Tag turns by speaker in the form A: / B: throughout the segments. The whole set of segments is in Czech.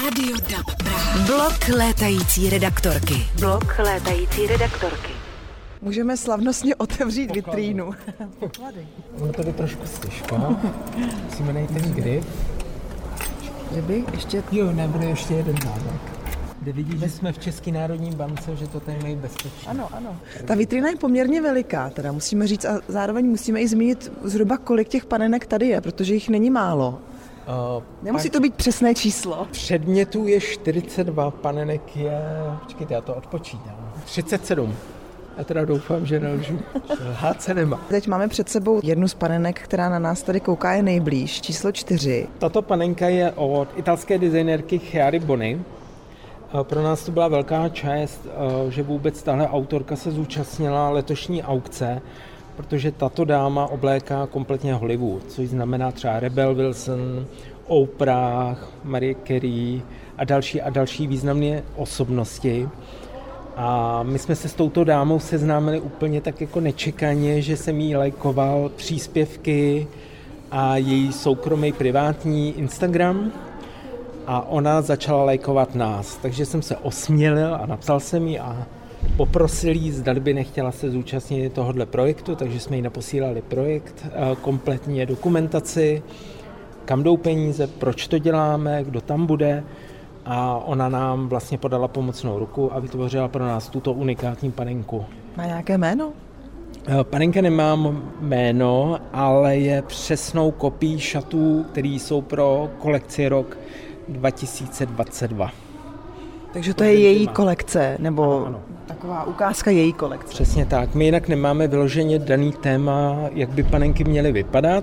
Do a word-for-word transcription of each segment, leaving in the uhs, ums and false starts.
A: Rádio D A B Praha. Blok létající redaktorky. Blok létající redaktorky.
B: Můžeme slavnostně otevřít vitrínu.
C: Poklady. Ono to jde trošku stěžka. Musíme najít ten grip.
B: Že by ještě...
C: Jo, nebude ještě jeden zázrak. Kde vidíš, že jsme v České národní bance, že to tady mají bezpečí.
B: Ano, ano. Ta vitrína je poměrně veliká, teda musíme říct, a zároveň musíme i zmínit zhruba, kolik těch panenek tady je, protože jich není málo. Uh, Nemusí to být přesné číslo.
C: Předmětů je čtyřicet dva, panenek je... Počkejte, já to odpočítám. třicet sedm. Já teda doufám, že nelžu. Lhát se nemá.
B: Teď máme před sebou jednu z panenek, která na nás tady kouká je nejblíž, číslo čtyři.
C: Tato panenka je od italské designérky Chiara Boni. Pro nás to byla velká čest, že vůbec tahle autorka se zúčastnila letošní aukce, protože tato dáma obléká kompletně Hollywood, což znamená třeba Rebel Wilson, Oprah, Marie Carey a další a další významné osobnosti. A my jsme se s touto dámou seznámili úplně tak jako nečekaně, že jsem jí lajkoval příspěvky a její soukromý privátní Instagram a ona začala lajkovat nás. Takže jsem se osmělil a napsal jsem jí a poprosil jí, zdali by nechtěla se zúčastnit tohohle projektu, takže jsme jí naposílali projekt, kompletní dokumentaci, kam jdou peníze, proč to děláme, kdo tam bude. A ona nám vlastně podala pomocnou ruku a vytvořila pro nás tuto unikátní panenku.
B: Má nějaké jméno?
C: Panenka nemá jméno, ale je přesnou kopií šatů, které jsou pro kolekci rok dva tisíce dvacet dva.
B: Takže to je její kolekce, nebo ano, ano. Taková ukázka její kolekce.
C: Přesně tak. My jinak nemáme vyloženě daný téma, jak by panenky měly vypadat,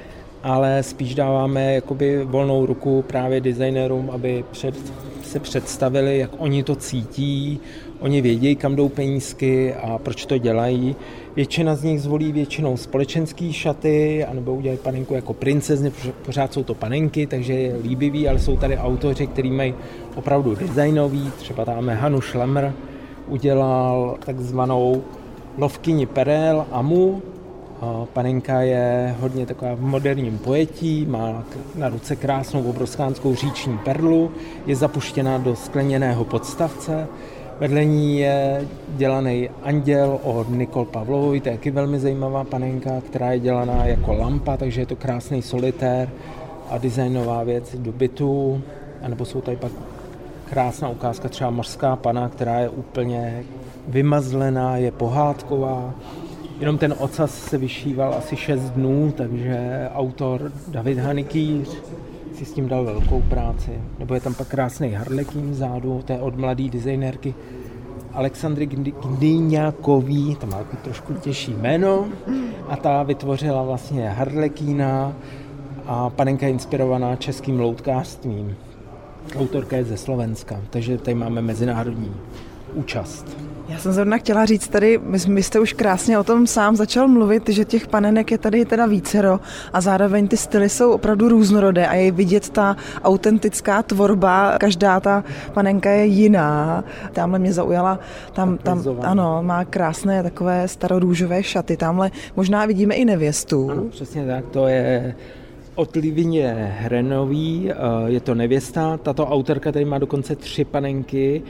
C: ale spíš dáváme jakoby volnou ruku právě designérům, aby před, se představili, jak oni to cítí, oni vědí, kam jdou penízky a proč to dělají. Většina z nich zvolí většinou společenský šaty, anebo udělají panenku jako princezny, pořád jsou to panenky, takže je líbivý, ale jsou tady autoři, kteří mají opravdu designový, třeba tam Hanu Schlemmer udělal takzvanou lovkyni perel Amu. Panenka je hodně taková v moderním pojetí, má na ruce krásnou obrovskánskou říční perlu, je zapuštěná do skleněného podstavce. Vedle ní je dělaný anděl od Nicole Pavlovy, to je taky velmi zajímavá panenka, která je dělaná jako lampa, takže je to krásný solitér a designová věc do bytu. A nebo jsou tady pak krásná ukázka, třeba mořská pana, která je úplně vymazlená, je pohádková. Jenom ten ocas se vyšíval asi šest dnů, takže autor David Hanikýř si s tím dal velkou práci. Nebo je tam pak krásný harlekín vzadu, to je od mladé designérky Alexandry Gdyňákový, to má trošku těžší jméno, a ta vytvořila vlastně harlekína a panenka je inspirovaná českým loutkářstvím. Autorka je ze Slovenska, takže tady máme mezinárodní účast.
B: Já jsem zrovna chtěla říct tady, vy jste už krásně o tom sám začal mluvit, že těch panenek je tady teda vícero a zároveň ty styly jsou opravdu různorodé a je vidět ta autentická tvorba, každá ta panenka je jiná. Tamhle mě zaujala, tam, tam ano, má krásné takové starorůžové šaty, tamhle možná vidíme i nevěstu.
C: Ano, přesně tak, to je od Livině Hrenový, je to nevěsta, tato autorka tady má dokonce tři panenky.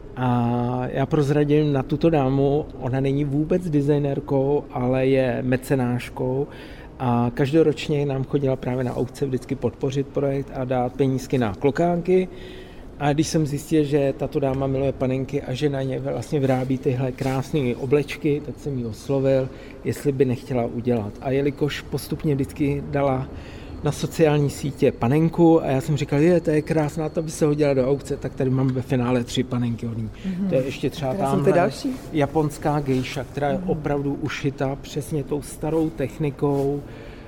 C: A já prozradím na tuto dámu, ona není vůbec designérkou, ale je mecenáškou a každoročně nám chodila právě na aukce vždycky podpořit projekt a dát penízky na klokánky. A když jsem zjistil, že tato dáma miluje panenky a že na ně vlastně vyrábí tyhle krásné oblečky, tak jsem jí oslovil, jestli by nechtěla udělat. A jelikož postupně vždycky dala na sociální sítě panenku a já jsem říkal, je, to je krásná, to by se hodila do aukce, tak tady mám ve finále tři panenky od ní. Mm-hmm. To je ještě třeba tamhle japonská gejša, která je mm-hmm. opravdu ušita přesně tou starou technikou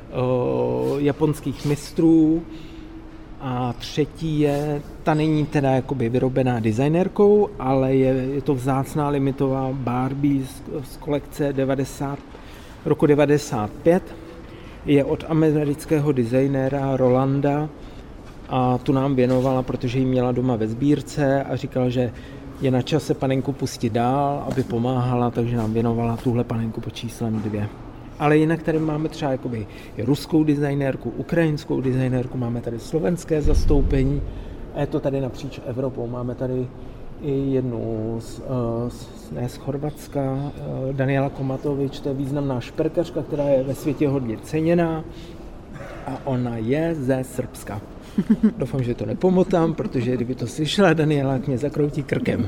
C: o, japonských mistrů. A třetí je, ta není teda jakoby vyrobená designérkou, ale je, je to vzácná limitová Barbie z, z kolekce devadesát, roku devadesát pět. Je od amerického designéra Rolanda a tu nám věnovala, protože ji měla doma ve sbírce a říkala, že je na čase panenku pustit dál, aby pomáhala, takže nám věnovala tuhle panenku pod číslem dvě. Ale jinak tady máme třeba jakoby ruskou designérku, ukrajinskou designérku, máme tady slovenské zastoupení A je to tady napříč Evropou. Máme tady i jednu z, z, ne, z Chorvatska, Daniela Komatovič, to je významná šperkařka, která je ve světě hodně ceněná a ona je ze Srbska. Doufám, že to nepomotám, protože kdyby to slyšela Daniela, tak mě zakroutí krkem.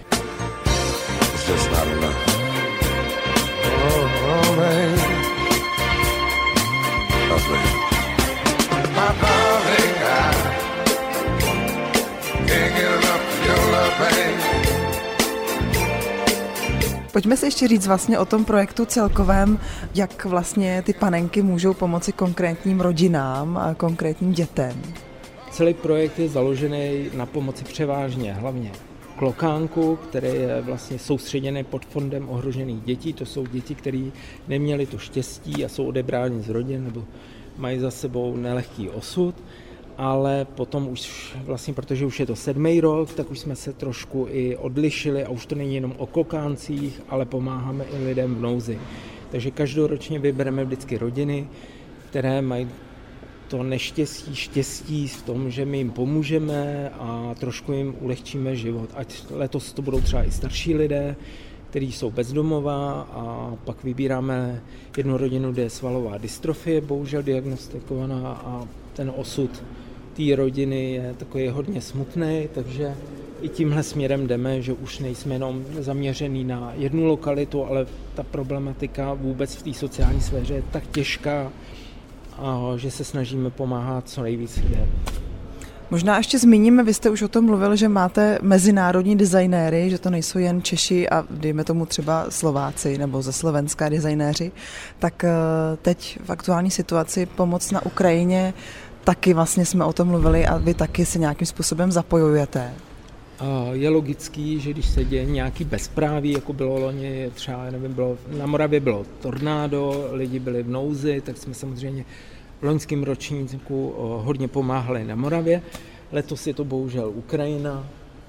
B: Pojďme si ještě říct vlastně o tom projektu celkovém, jak vlastně ty panenky můžou pomoci konkrétním rodinám a konkrétním dětem.
C: Celý projekt je založený na pomoci převážně hlavně klokánku, který je vlastně soustředěný pod fondem ohrožených dětí. To jsou děti, které neměly to štěstí a jsou odebrány z rodin nebo mají za sebou nelehký osud. Ale potom už vlastně, protože už je to sedmý rok, tak už jsme se trošku i odlišili a už to není jenom o klokáncích, ale pomáháme i lidem v nouzi. Takže každoročně vybereme vždycky rodiny, které mají to neštěstí, štěstí v tom, že my jim pomůžeme a trošku jim ulehčíme život. Ať letos to budou třeba i starší lidé, kteří jsou bezdomová, a pak vybíráme jednu rodinu, kde je svalová dystrofie, bohužel diagnostikovaná, a ten osud té rodiny je takový hodně smutný, takže i tímhle směrem jdeme, že už nejsme jenom zaměřený na jednu lokalitu, ale ta problematika vůbec v té sociální sféře je tak těžká, a že se snažíme pomáhat co nejvíc lidem.
B: Možná ještě zmíníme, vy jste už o tom mluvil, že máte mezinárodní designéry, že to nejsou jen Češi a dejme tomu třeba Slováci nebo ze Slovenska designéři, tak teď v aktuální situaci pomoc na Ukrajině, taky vlastně jsme o tom mluvili a vy taky se nějakým způsobem zapojujete.
C: Je logický, že když se děje nějaký bezpráví, jako bylo loni, třeba nevím, bylo, na Moravě bylo tornádo, lidi byli v nouzi, tak jsme samozřejmě v loňském ročníku hodně pomáhali na Moravě. Letos je to bohužel Ukrajina.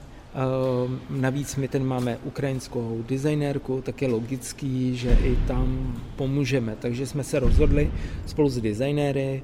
C: Navíc my ten máme ukrajinskou designérku, tak je logický, že i tam pomůžeme. Takže jsme se rozhodli spolu s designéry,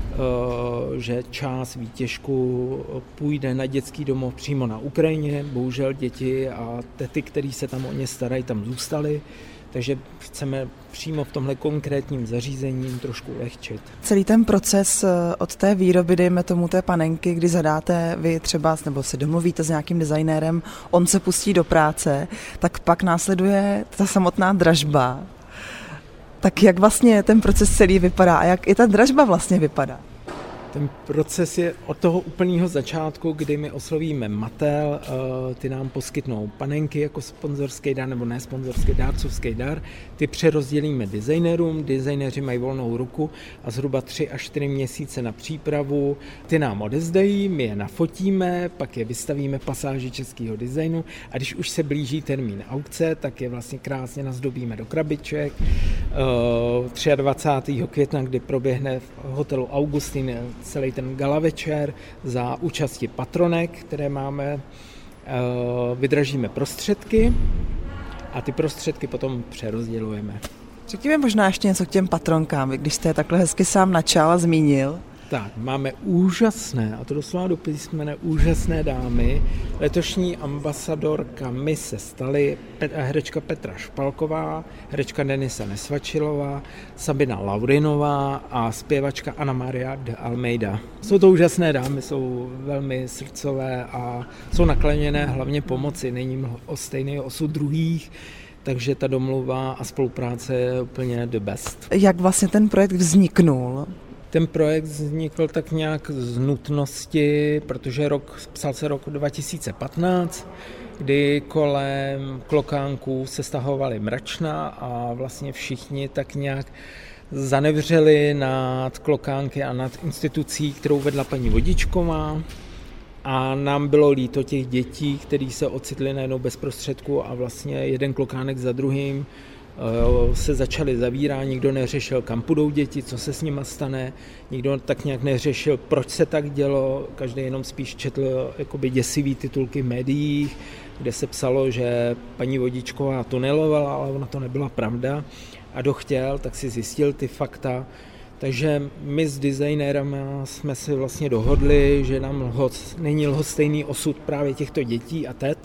C: že část výtěžku půjde na dětský domov přímo na Ukrajině. Bohužel děti a tety, který se tam o ně starají, tam zůstaly. Takže chceme přímo v tomhle konkrétním zařízení trošku ulehčit.
B: Celý ten proces od té výroby, dejme tomu té panenky, kdy zadáte vy třeba, nebo se domluvíte s nějakým designérem, on se pustí do práce, tak pak následuje ta samotná dražba. Tak jak vlastně ten proces celý vypadá a jak i ta dražba vlastně vypadá?
C: Ten proces je od toho úplného začátku, kdy my oslovíme Mattel, ty nám poskytnou panenky jako sponzorský dar nebo ne sponzorský dárcovský dar, ty přerozdělíme designérům, designéři mají volnou ruku a zhruba tři až čtyři měsíce na přípravu ty nám odezdají, my je nafotíme, pak je vystavíme pasáži českého designu a když už se blíží termín aukce, tak je vlastně krásně nazdobíme do krabiček. dvacátého třetího května, kdy proběhne v hotelu Augustin celý ten gala večer za účasti patronek, které máme, vydražíme prostředky a ty prostředky potom přerozdělujeme.
B: Řekněme možná ještě něco k těm patronkám, když jste je takhle hezky sám načal a zmínil.
C: Tak, máme úžasné, a to doslova do písmene, úžasné dámy. Letošní ambasadorka my se staly herečka Petra Špalková, herečka Denisa Nesvačilová, Sabina Laurinová a zpěvačka Ana Maria de Almeida. Jsou to úžasné dámy, jsou velmi srdcové a jsou nakloněné hlavně pomoci, není o stejný osud druhých, takže ta domluva a spolupráce je úplně the best.
B: Jak vlastně ten projekt vzniknul?
C: Ten projekt vznikl tak nějak z nutnosti, protože rok, psal se rok dva tisíce patnáct, kdy kolem klokánků se stahovaly mračna a vlastně všichni tak nějak zanevřeli nad klokánky a nad institucí, kterou vedla paní Vodičková. A nám bylo líto těch dětí, kteří se ocitli najednou bez prostředku a vlastně jeden klokánek za druhým se začaly zavírat, nikdo neřešil, kam půjdou děti, co se s nima stane, nikdo tak nějak neřešil, proč se tak dělo, každý jenom spíš četl jakoby děsivý titulky v médiích, kde se psalo, že paní Vodičková tunelovala, ale ona to nebyla pravda a kdo chtěl, tak si zjistil ty fakta, Takže my s designérama jsme si vlastně dohodli, že nám lhot, není lhostejný osud právě těchto dětí a tet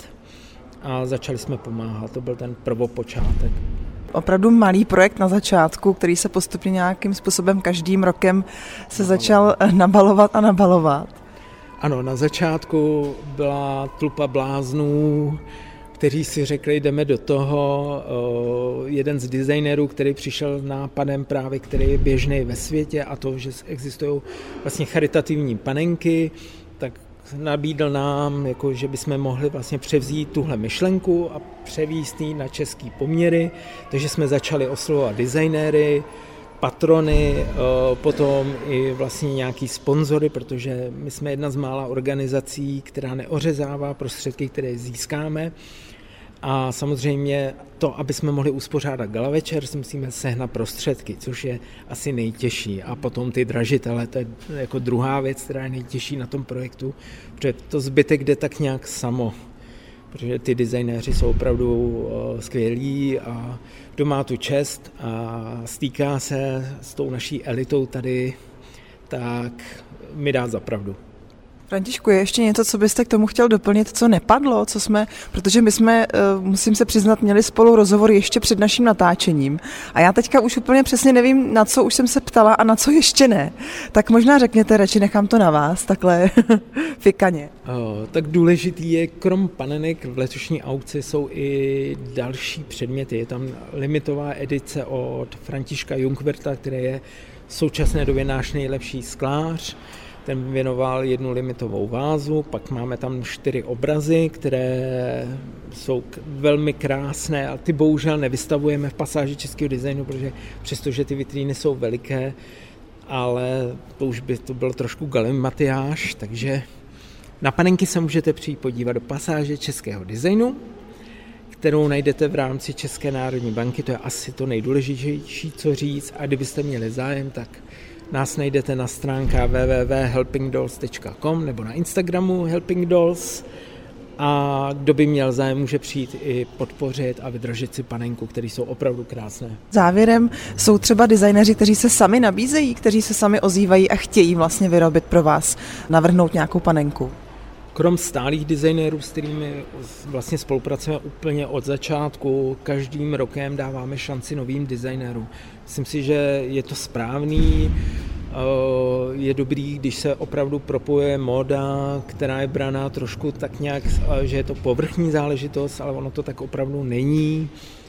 C: a začali jsme pomáhat. To byl ten prvopočátek.
B: Opravdu malý projekt na začátku, který se postupně nějakým způsobem každým rokem se začal nabalovat a nabalovat.
C: Ano, na začátku byla tlupa bláznů, kteří si řekli, jdeme do toho. Jeden z designérů, který přišel nápadem právě, který je běžný ve světě, a to, že existují vlastně charitativní panenky, tak nabídl nám, jako, že bychom mohli vlastně převzít tuhle myšlenku a převést ji na český poměry, takže jsme začali oslovovat designéry, patrony, potom i vlastně nějaký sponzory, protože my jsme jedna z mála organizací, která neořezává prostředky, které získáme. A samozřejmě to, aby jsme mohli uspořádat gala večer, si musíme sehnat prostředky, což je asi nejtěžší. A potom ty dražitele, to je jako druhá věc, která je nejtěžší na tom projektu, protože to zbytek jde tak nějak samo. Protože ty designéři jsou opravdu skvělí a kdo má tu čest a stýká se s tou naší elitou tady, tak mi dá za pravdu.
B: Františku, je ještě něco, co byste k tomu chtěl doplnit, co nepadlo, co jsme, protože my jsme, musím se přiznat, měli spolu rozhovor ještě před naším natáčením a já teďka už úplně přesně nevím, na co už jsem se ptala a na co ještě ne. Tak možná řekněte, radši nechám to na vás, takhle fikaně.
C: O, tak důležitý je, krom panenek v letošní aukci jsou i další předměty. Je tam limitová edice od Františka Jungwirtha, který je v současné době náš nejlepší sklář. Ten věnoval jednu limitovou vázu, pak máme tam čtyři obrazy, které jsou velmi krásné a ty bohužel nevystavujeme v pasáži českého designu, protože přestože ty vitríny jsou veliké, ale to už by to bylo trošku galimatiáž, takže na panenky se můžete přijít podívat do pasáže českého designu, kterou najdete v rámci České národní banky, to je asi to nejdůležitější, co říct, a kdybyste měli zájem, tak nás najdete na stránkách w w w tečka helping dolls tečka com nebo na Instagramu Helping Dolls a kdo by měl zájem, může přijít i podpořit a vydržet si panenku, které jsou opravdu krásné.
B: Závěrem jsou třeba designéři, kteří se sami nabízejí, kteří se sami ozývají a chtějí vlastně vyrobit pro vás, navrhnout nějakou panenku.
C: Krom stálých designérů, s kterými vlastně spolupracujeme úplně od začátku, každým rokem dáváme šanci novým designérům. Myslím si, že je to správný, je dobrý, když se opravdu propojuje móda, která je braná trošku tak nějak, že je to povrchní záležitost, ale ono to tak opravdu není.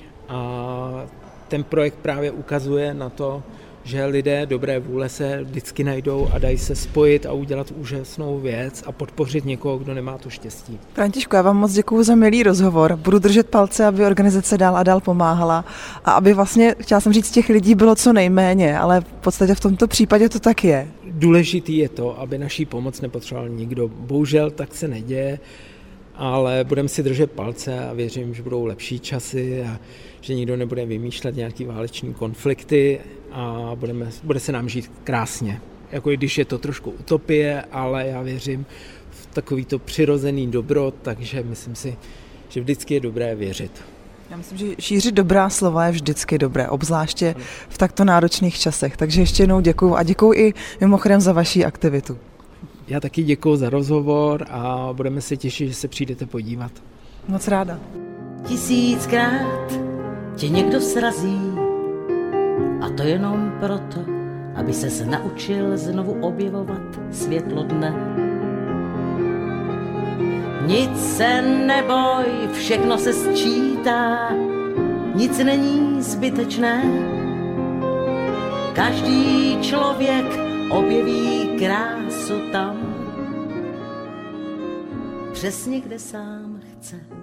C: A ten projekt právě ukazuje na to, že lidé dobré vůle se vždycky najdou a dají se spojit a udělat úžasnou věc a podpořit někoho, kdo nemá to štěstí.
B: Františku, já vám moc děkuju za milý rozhovor. Budu držet palce, aby organizace dál a dál pomáhala a aby vlastně, chtěla jsem říct, těch lidí bylo co nejméně, ale v podstatě v tomto případě to tak je.
C: Důležitý je to, aby naší pomoc nepotřeboval nikdo. Bohužel tak se neděje, ale budeme si držet palce a věřím, že budou lepší časy a že nikdo nebude vymýšlet nějaký váleční konflikty a budeme, bude se nám žít krásně. Jako i když je to trošku utopie, ale já věřím v takovýto přirozený dobro, takže myslím si, že vždycky je dobré věřit.
B: Já myslím, že šířit dobrá slova je vždycky dobré, obzvláště v takto náročných časech. Takže ještě jednou děkuju a děkuju i mimochodem za vaši aktivitu.
C: Já taky děkuju za rozhovor a budeme se těšit, že se přijdete podívat.
B: Moc ráda.
D: Tisíckrát tě někdo srazí a to jenom proto, aby ses naučil znovu objevovat světlo dne. Nic se neboj, všechno se sčítá, nic není zbytečné. Každý člověk objeví krásu tam, přesně kde sám chce.